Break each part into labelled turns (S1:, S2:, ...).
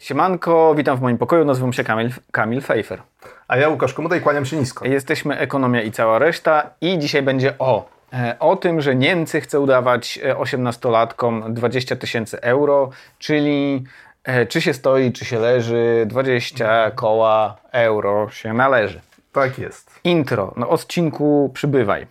S1: Siemanko, witam w moim pokoju, nazywam się Kamil Fejfer.
S2: A ja Łukasz Komuda i kłaniam się nisko.
S1: Jesteśmy Ekonomia i cała reszta i dzisiaj będzie o tym, że Niemcy chcą dawać 18-latkom 20 000 euro, czyli czy się stoi, czy się leży, 20 koła euro się należy.
S2: Tak jest.
S1: Intro, odcinku przybywaj.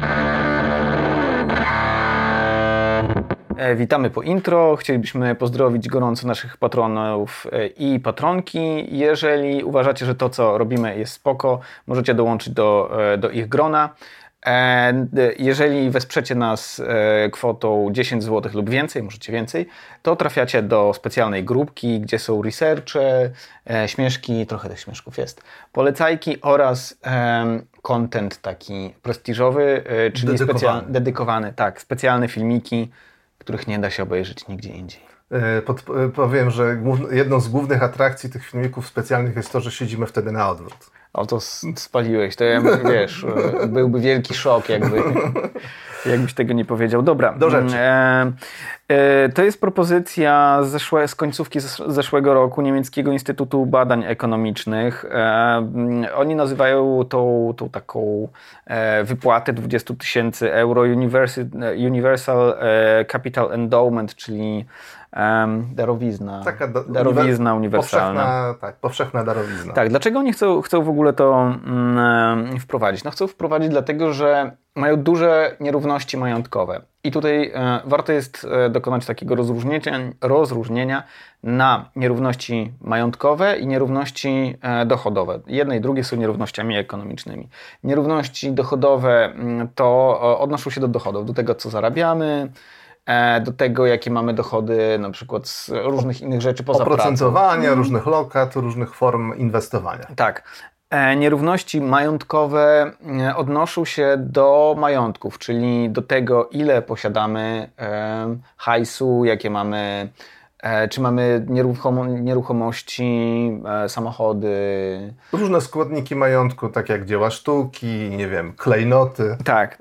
S1: Witamy po intro. Chcielibyśmy pozdrowić gorąco naszych patronów i patronki. Jeżeli uważacie, że to, co robimy, jest spoko, możecie dołączyć do ich grona. Jeżeli wesprzecie nas kwotą 10 zł lub więcej, możecie więcej, to trafiacie do specjalnej grupki, gdzie są researche, śmieszki, trochę tych śmieszków jest, polecajki oraz content taki prestiżowy, czyli dedykowany, tak, specjalne filmiki, których nie da się obejrzeć nigdzie indziej.
S2: Powiem, że jedną z głównych atrakcji tych filmików specjalnych jest to, że siedzimy wtedy na odwrót.
S1: O, to spaliłeś, to ja, wiesz, byłby wielki szok, jakbyś tego nie powiedział. Dobra.
S2: Do rzeczy.
S1: To jest propozycja z końcówki zeszłego roku Niemieckiego Instytutu Badań Ekonomicznych. Oni nazywają tą taką wypłatę 20 000 euro Universal Capital Endowment, czyli darowizna.
S2: Taka
S1: darowizna uniwersalna.
S2: Powszechna darowizna.
S1: Tak, dlaczego oni chcą w ogóle to wprowadzić? Chcą wprowadzić dlatego, że mają duże nierówności majątkowe. I tutaj warto jest dokonać takiego rozróżnienia na nierówności majątkowe i nierówności dochodowe. Jedne i drugie są nierównościami ekonomicznymi. Nierówności dochodowe to odnoszą się do dochodów, do tego, co zarabiamy, do tego, jakie mamy dochody na przykład z różnych innych rzeczy poza pracą.
S2: Oprocentowania, różnych lokat, różnych form inwestowania.
S1: Tak. Nierówności majątkowe odnoszą się do majątków, czyli do tego, ile posiadamy hajsu, jakie mamy, czy mamy nieruchomości, samochody.
S2: Różne składniki majątku, tak jak dzieła sztuki, nie wiem, klejnoty,
S1: tak.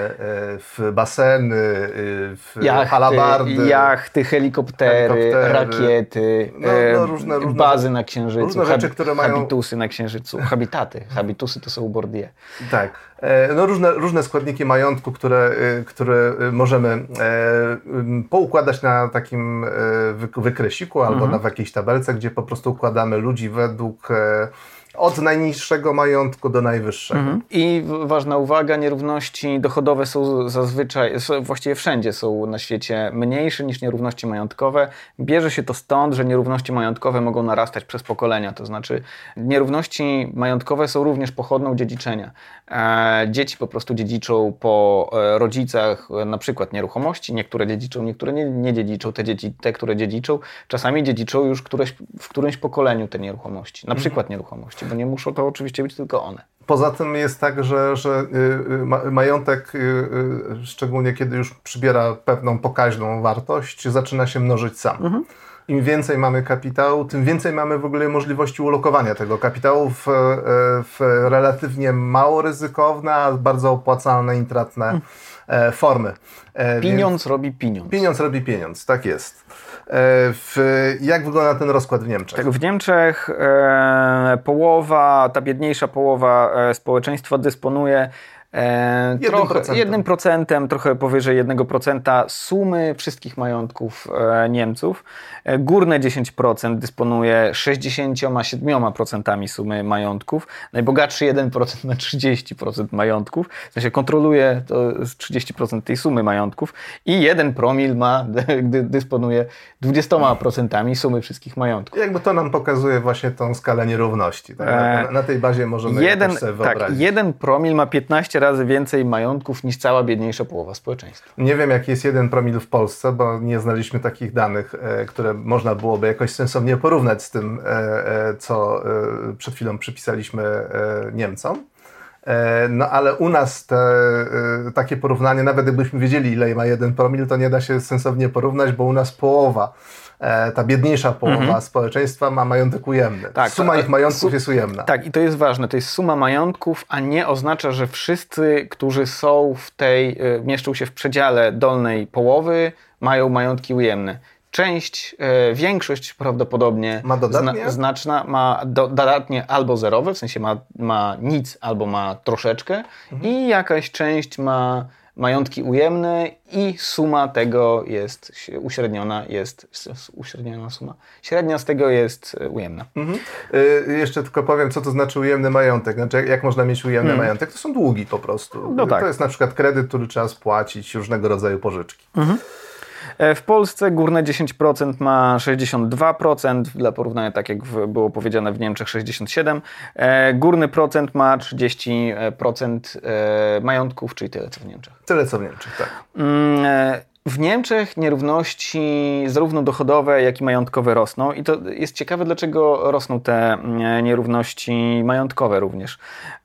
S2: Baseny, halabardy.
S1: Jachty, helikoptery, rakiety,
S2: różne
S1: bazy na Księżycu,
S2: różne rzeczy, które mają...
S1: habitusy na Księżycu, habitaty. Habitusy to są Bourdieu.
S2: Tak. Różne składniki majątku, które możemy poukładać na takim wykresiku albo w jakiejś tabelce, gdzie po prostu układamy ludzi według od najniższego majątku do najwyższego.
S1: I ważna uwaga, nierówności dochodowe są zazwyczaj, właściwie wszędzie są na świecie mniejsze niż nierówności majątkowe. Bierze się to stąd, że nierówności majątkowe mogą narastać przez pokolenia, to znaczy nierówności majątkowe są również pochodną dziedziczenia. Dzieci po prostu dziedziczą po rodzicach na przykład nieruchomości, niektóre dziedziczą, niektóre nie dziedziczą. Te, które dziedziczą, czasami dziedziczą już w którymś pokoleniu te nieruchomości, na przykład nieruchomości, bo nie muszą to oczywiście być tylko one.
S2: Poza tym jest tak, że majątek, szczególnie kiedy już przybiera pewną pokaźną wartość, zaczyna się mnożyć sam. Im więcej mamy kapitału, tym więcej mamy w ogóle możliwości ulokowania tego kapitału w relatywnie mało ryzykowne, a bardzo opłacalne, intratne formy.
S1: Pieniądz robi pieniądz.
S2: Pieniądz robi pieniądz, tak jest. Jak wygląda ten rozkład w Niemczech?
S1: Tak, w Niemczech ta biedniejsza połowa społeczeństwa dysponuje 1%, trochę powyżej 1% sumy wszystkich majątków Niemców. Górne 10% dysponuje 67% sumy majątków. Najbogatszy 1% ma 30% majątków. W sensie kontroluje to 30% tej sumy majątków. I 1 promil dysponuje 20% sumy wszystkich majątków.
S2: Jakby to nam pokazuje właśnie tą skalę nierówności. Tak? Na tej bazie możemy sobie wyobrazić.
S1: 1 promil ma 15 razy więcej majątków niż cała biedniejsza połowa społeczeństwa.
S2: Nie wiem, jaki jest 1 promil w Polsce, bo nie znaliśmy takich danych, które można byłoby jakoś sensownie porównać z tym, co przed chwilą przypisaliśmy Niemcom. No ale u nas takie porównanie, nawet gdybyśmy wiedzieli, ile ma 1 promil, to nie da się sensownie porównać, bo u nas połowa, ta biedniejsza połowa społeczeństwa ma majątek ujemny.
S1: Tak,
S2: suma ich majątków jest ujemna.
S1: Tak, i to jest ważne. To jest suma majątków, a nie oznacza, że wszyscy, którzy są mieszczą się w przedziale dolnej połowy, mają majątki ujemne. większość prawdopodobnie
S2: ma dodatnie?
S1: Znaczna, ma dodatnie albo zerowe, w sensie ma nic albo ma troszeczkę i jakaś część ma majątki ujemne i suma tego jest uśredniona suma. Średnia z tego jest ujemna.
S2: Jeszcze tylko powiem, co to znaczy ujemny majątek. Znaczy, jak można mieć ujemny majątek? To są długi po prostu.
S1: No tak.
S2: To jest na przykład kredyt, który trzeba spłacić, różnego rodzaju pożyczki.
S1: W Polsce górne 10% ma 62%, dla porównania, tak jak było powiedziane, w Niemczech 67%. Górny procent ma 30% majątków, czyli tyle co w Niemczech.
S2: Tyle co w Niemczech, tak.
S1: W Niemczech nierówności zarówno dochodowe, jak i majątkowe rosną i to jest ciekawe, dlaczego rosną te nierówności majątkowe również.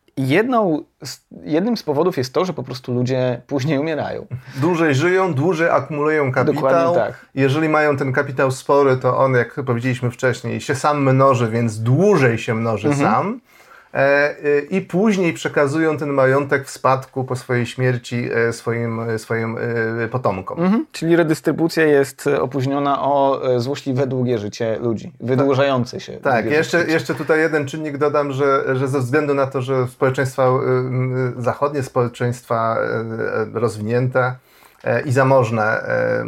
S1: Jednym z powodów jest to, że po prostu ludzie później umierają.
S2: Dłużej żyją, dłużej akumulują kapitał.
S1: Dokładnie tak.
S2: Jeżeli mają ten kapitał spory, to on, jak powiedzieliśmy wcześniej, się sam mnoży, więc dłużej się mnoży sam. I później przekazują ten majątek w spadku po swojej śmierci swoim potomkom.
S1: Czyli redystrybucja jest opóźniona o złośliwe długie życie ludzi, wydłużające się.
S2: Tak, jeszcze tutaj jeden czynnik dodam, że ze względu na to, że społeczeństwa zachodnie, społeczeństwa rozwinięte i zamożne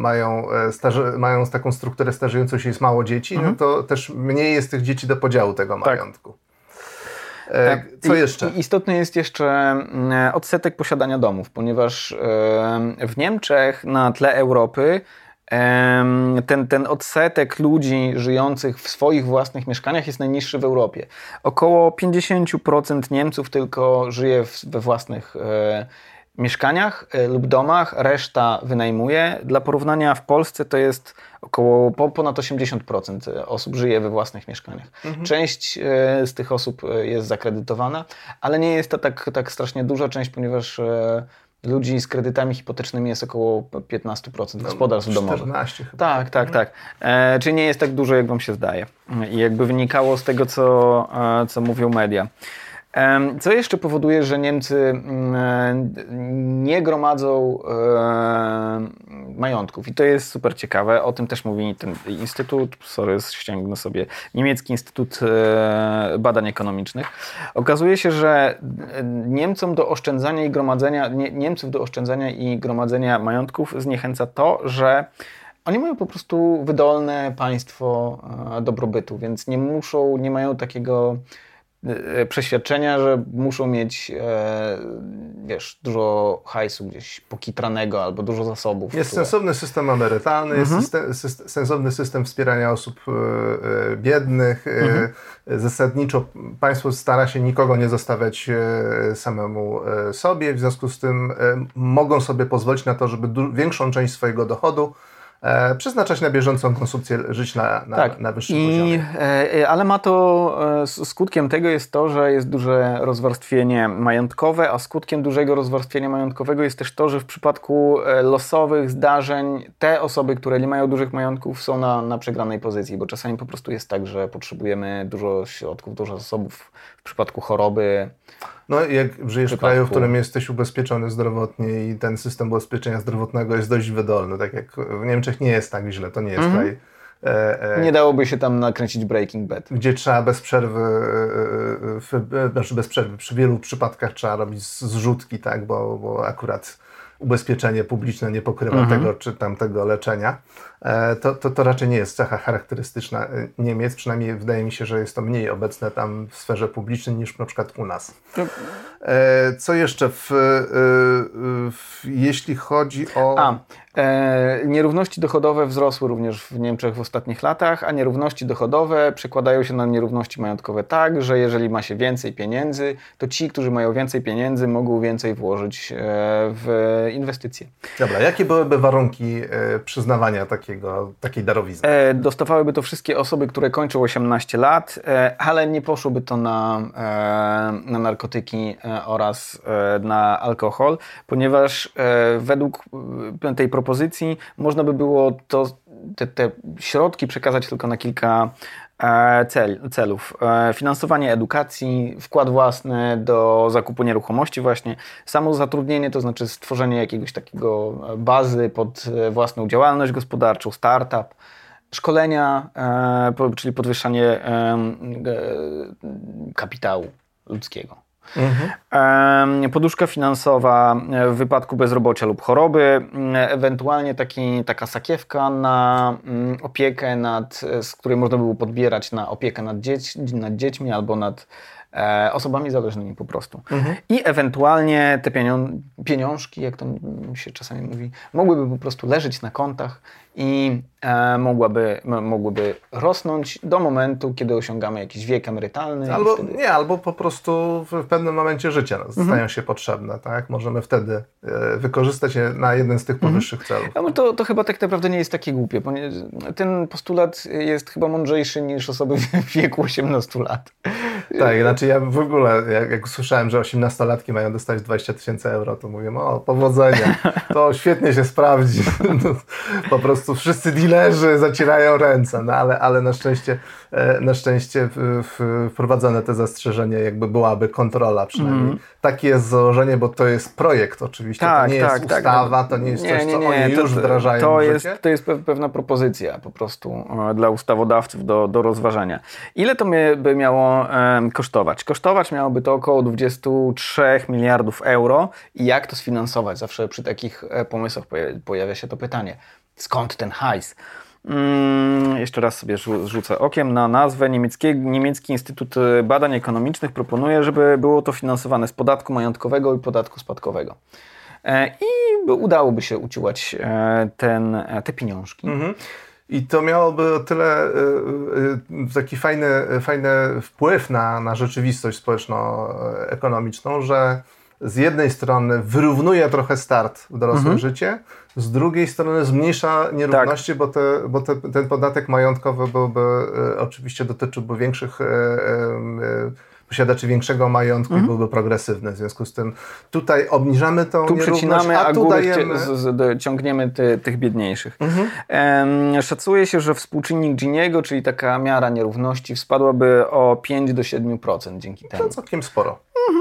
S2: mają taką strukturę starzejącą się, jest mało dzieci, no to też mniej jest tych dzieci do podziału tego majątku.
S1: Tak.
S2: Co jeszcze?
S1: Istotny jest jeszcze odsetek posiadania domów, ponieważ w Niemczech na tle Europy ten odsetek ludzi żyjących w swoich własnych mieszkaniach jest najniższy w Europie. Około 50% Niemców tylko żyje we własnych mieszkaniach lub domach, reszta wynajmuje. Dla porównania w Polsce to jest około ponad 80% osób żyje we własnych mieszkaniach. Część z tych osób jest zakredytowana, ale nie jest to tak strasznie duża część, ponieważ ludzi z kredytami hipotecznymi jest około 15% gospodarstw domowych.
S2: 14 chyba.
S1: Tak. Czyli nie jest tak dużo, jak wam się zdaje. I jakby wynikało z tego, co mówią media. Co jeszcze powoduje, że Niemcy nie gromadzą majątków i to jest super ciekawe, o tym też mówi ten instytut, ściągnę sobie, Niemiecki Instytut Badań Ekonomicznych. Okazuje się, że Niemców do oszczędzania i gromadzenia majątków zniechęca to, że oni mają po prostu wydolne państwo dobrobytu, więc nie mają takiego przeświadczenia, że muszą mieć dużo hajsu gdzieś pokitranego albo dużo zasobów.
S2: Jest sensowny system emerytalny, jest sensowny system wspierania osób biednych. Zasadniczo państwo stara się nikogo nie zostawiać samemu sobie, w związku z tym mogą sobie pozwolić na to, żeby większą część swojego dochodu przeznaczać na bieżącą konsumpcję, żyć na wyższym poziomie.
S1: Ale skutkiem tego jest to, że jest duże rozwarstwienie majątkowe, a skutkiem dużego rozwarstwienia majątkowego jest też to, że w przypadku losowych zdarzeń te osoby, które nie mają dużych majątków, są na przegranej pozycji, bo czasami po prostu jest tak, że potrzebujemy dużo środków, dużo zasobów w przypadku choroby.
S2: No jak żyjesz w kraju, w którym jesteś ubezpieczony zdrowotnie i ten system ubezpieczenia zdrowotnego jest dość wydolny, tak jak w Niemczech nie jest tak źle, to nie jest kraj.
S1: Nie dałoby się tam nakręcić Breaking Bad.
S2: Gdzie trzeba bez przerwy, przy wielu przypadkach trzeba robić zrzutki, tak, bo akurat ubezpieczenie publiczne nie pokrywa tego czy tamtego leczenia. To raczej nie jest cecha charakterystyczna Niemiec, przynajmniej wydaje mi się, że jest to mniej obecne tam w sferze publicznej niż na przykład u nas. Co jeszcze jeśli chodzi o...
S1: Nierówności dochodowe wzrosły również w Niemczech w ostatnich latach, a nierówności dochodowe przekładają się na nierówności majątkowe tak, że jeżeli ma się więcej pieniędzy, to ci, którzy mają więcej pieniędzy, mogą więcej włożyć w inwestycje.
S2: Dobra, jakie byłyby warunki przyznawania takiej darowizny?
S1: Dostawałyby to wszystkie osoby, które kończą 18 lat, ale nie poszłoby to na narkotyki oraz na alkohol, ponieważ według tej propozycji można by było te środki przekazać tylko na kilka celów. Finansowanie edukacji, wkład własny do zakupu nieruchomości właśnie, samozatrudnienie, to znaczy stworzenie jakiegoś takiego bazy pod własną działalność gospodarczą, startup, szkolenia, czyli podwyższanie kapitału ludzkiego. Poduszka finansowa w wypadku bezrobocia lub choroby, ewentualnie taka sakiewka na opiekę z której można było podbierać na opiekę nad dziećmi albo nad osobami zależnymi po prostu. I ewentualnie te pieniążki, jak to się czasami mówi, mogłyby po prostu leżeć na kontach i mogłyby rosnąć do momentu, kiedy osiągamy jakiś wiek emerytalny.
S2: Albo po prostu w pewnym momencie życia stają się potrzebne. Tak? Możemy wtedy wykorzystać je na jeden z tych powyższych celów.
S1: To chyba tak naprawdę nie jest takie głupie, ponieważ ten postulat jest chyba mądrzejszy niż osoby w wieku 18 lat.
S2: Tak, znaczy ja w ogóle, jak usłyszałem, że 18-latki mają dostać 20 000 euro, to mówię, powodzenia, to świetnie się sprawdzi. Po prostu wszyscy dealerzy zacierają ręce, no ale na szczęście wprowadzone te zastrzeżenie, jakby byłaby kontrola przynajmniej. Takie jest założenie, bo to jest projekt oczywiście, to nie jest ustawa, to nie jest coś, co oni już wdrażają w życie.
S1: To jest pewna propozycja po prostu dla ustawodawców do rozważania. Ile to by miało kosztować? Kosztować miałoby to około 23 miliardów euro i jak to sfinansować? Zawsze przy takich pomysłach pojawia się to pytanie. Skąd ten hajs? Jeszcze raz sobie rzucę okiem na nazwę. Niemiecki Instytut Badań Ekonomicznych proponuje, żeby było to finansowane z podatku majątkowego i podatku spadkowego. I udałoby się uciułać te pieniążki.
S2: I to miałoby o tyle taki fajny wpływ na rzeczywistość społeczno-ekonomiczną, że z jednej strony wyrównuje trochę start w dorosłe życie, z drugiej strony zmniejsza nierówności, bo ten podatek majątkowy oczywiście dotyczyłby większych posiadaczy większego majątku i byłby progresywny. W związku z tym tutaj obniżamy tą nierówność,
S1: przecinamy, a tu dajemy... ciągniemy tych biedniejszych. Szacuje się, że współczynnik Giniego, czyli taka miara nierówności, spadłaby o 5 do 7% dzięki temu.
S2: To całkiem sporo.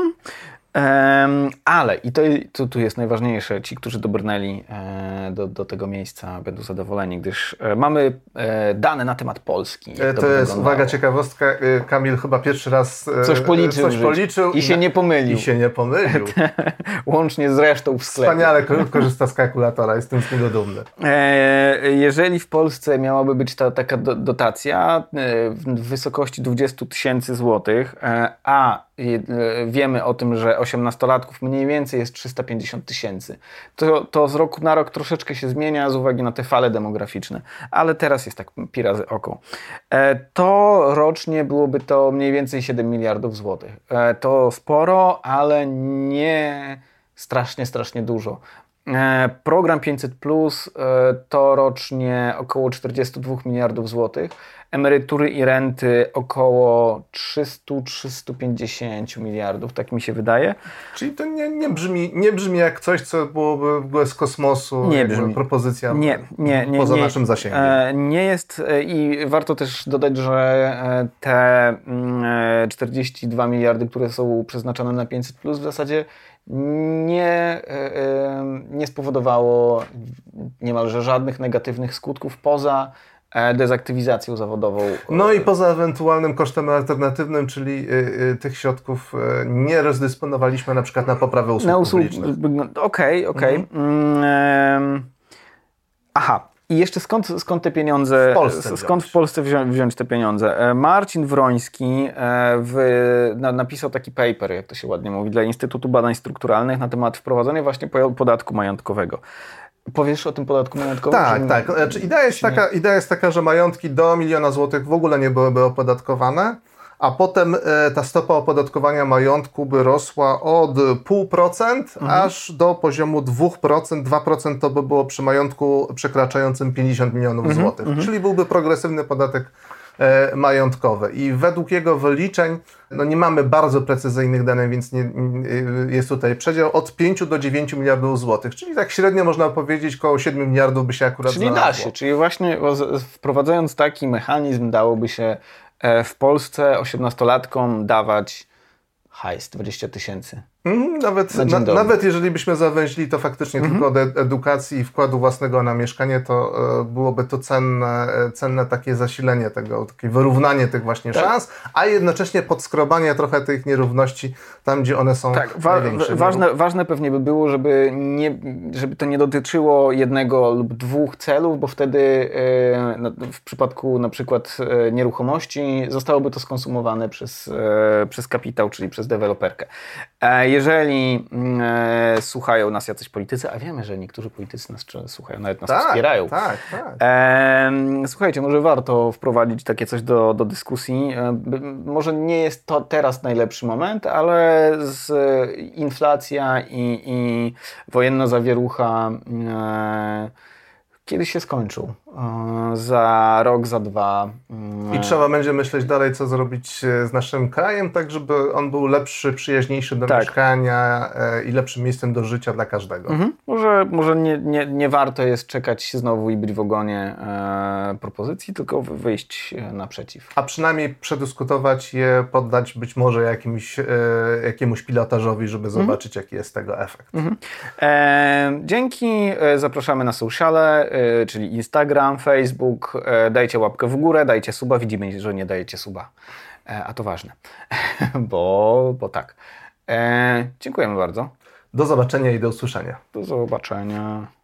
S1: Ale, i tu jest najważniejsze, ci, którzy dobrnęli do tego miejsca, będą zadowoleni, gdyż mamy dane na temat Polski.
S2: To jest, uwaga, ciekawostka, Kamil chyba pierwszy raz
S1: coś policzył i się nie pomylił. Łącznie z resztą w sklepie.
S2: Wspaniale korzysta z kalkulatora, jestem z niego dumny.
S1: Jeżeli w Polsce miałaby być taka dotacja w wysokości 20 000 złotych, a wiemy o tym, że 18-latków mniej więcej jest 350 000. To z roku na rok troszeczkę się zmienia z uwagi na te fale demograficzne, ale teraz jest tak pi razy oko. To rocznie byłoby to mniej więcej 7 miliardów złotych. To sporo, ale nie strasznie dużo. Program 500+ to rocznie około 42 miliardów złotych. Emerytury i renty około 300-350 miliardów, tak mi się wydaje.
S2: Czyli to nie brzmi jak coś, co byłoby w ogóle z kosmosu, nie brzmi. Propozycja poza naszym zasięgiem.
S1: Nie jest i warto też dodać, że te 42 miliardy, które są przeznaczone na 500+, w zasadzie nie spowodowało niemalże żadnych negatywnych skutków poza dezaktywizacją zawodową.
S2: No i poza ewentualnym kosztem alternatywnym, czyli tych środków nie rozdysponowaliśmy na przykład na poprawę usług publicznych.
S1: Okej. Aha. I jeszcze skąd te pieniądze, w Polsce wziąć te pieniądze? Marcin Wroński napisał taki paper, jak to się ładnie mówi, dla Instytutu Badań Strukturalnych na temat wprowadzenia właśnie podatku majątkowego. Powiesz o tym podatku majątkowym?
S2: Tak. Znaczy, idea jest taka, że majątki do 1 000 000 złotych w ogóle nie byłyby opodatkowane, a potem ta stopa opodatkowania majątku by rosła od 0,5% aż do poziomu 2%. 2% to by było przy majątku przekraczającym 50 milionów złotych. Czyli byłby progresywny podatek majątkowy. I według jego wyliczeń, nie mamy bardzo precyzyjnych danych, więc jest tutaj przedział od 5 do 9 miliardów złotych. Czyli tak średnio można powiedzieć, koło 7 miliardów by się akurat znalazło.
S1: Da się, czyli właśnie wprowadzając taki mechanizm dałoby się w Polsce 18-latkom dawać hajs 20 000
S2: Nawet jeżeli byśmy zawęźli to faktycznie tylko od edukacji i wkładu własnego na mieszkanie, to byłoby to cenne takie zasilenie tego, takie wyrównanie tych właśnie szans, a jednocześnie podskrobanie trochę tych nierówności tam, gdzie one są największe.
S1: Ważne pewnie by było, żeby to nie dotyczyło jednego lub dwóch celów, bo wtedy w przypadku na przykład nieruchomości zostałoby to skonsumowane przez kapitał, czyli przez deweloperkę. Jeżeli słuchają nas jacyś politycy, a wiemy, że niektórzy politycy nas słuchają, nawet nas wspierają.
S2: Tak.
S1: Słuchajcie, może warto wprowadzić takie coś do dyskusji. Może nie jest to teraz najlepszy moment, ale inflacja i wojenna zawierucha kiedyś się skończył. Za rok, za dwa.
S2: I trzeba będzie myśleć dalej, co zrobić z naszym krajem, tak żeby on był lepszy, przyjaźniejszy do mieszkania i lepszym miejscem do życia dla każdego.
S1: Może nie warto jest czekać znowu i być w ogonie propozycji, tylko wyjść naprzeciw.
S2: A przynajmniej przedyskutować je, poddać być może jakiemuś pilotażowi, żeby zobaczyć, jaki jest tego efekt.
S1: Dzięki. Zapraszamy na sociale, czyli Instagram, Facebook, dajcie łapkę w górę, dajcie suba, widzimy, że nie dajecie suba, a to ważne, bo tak. Dziękujemy bardzo.
S2: Do zobaczenia i do usłyszenia.
S1: Do zobaczenia.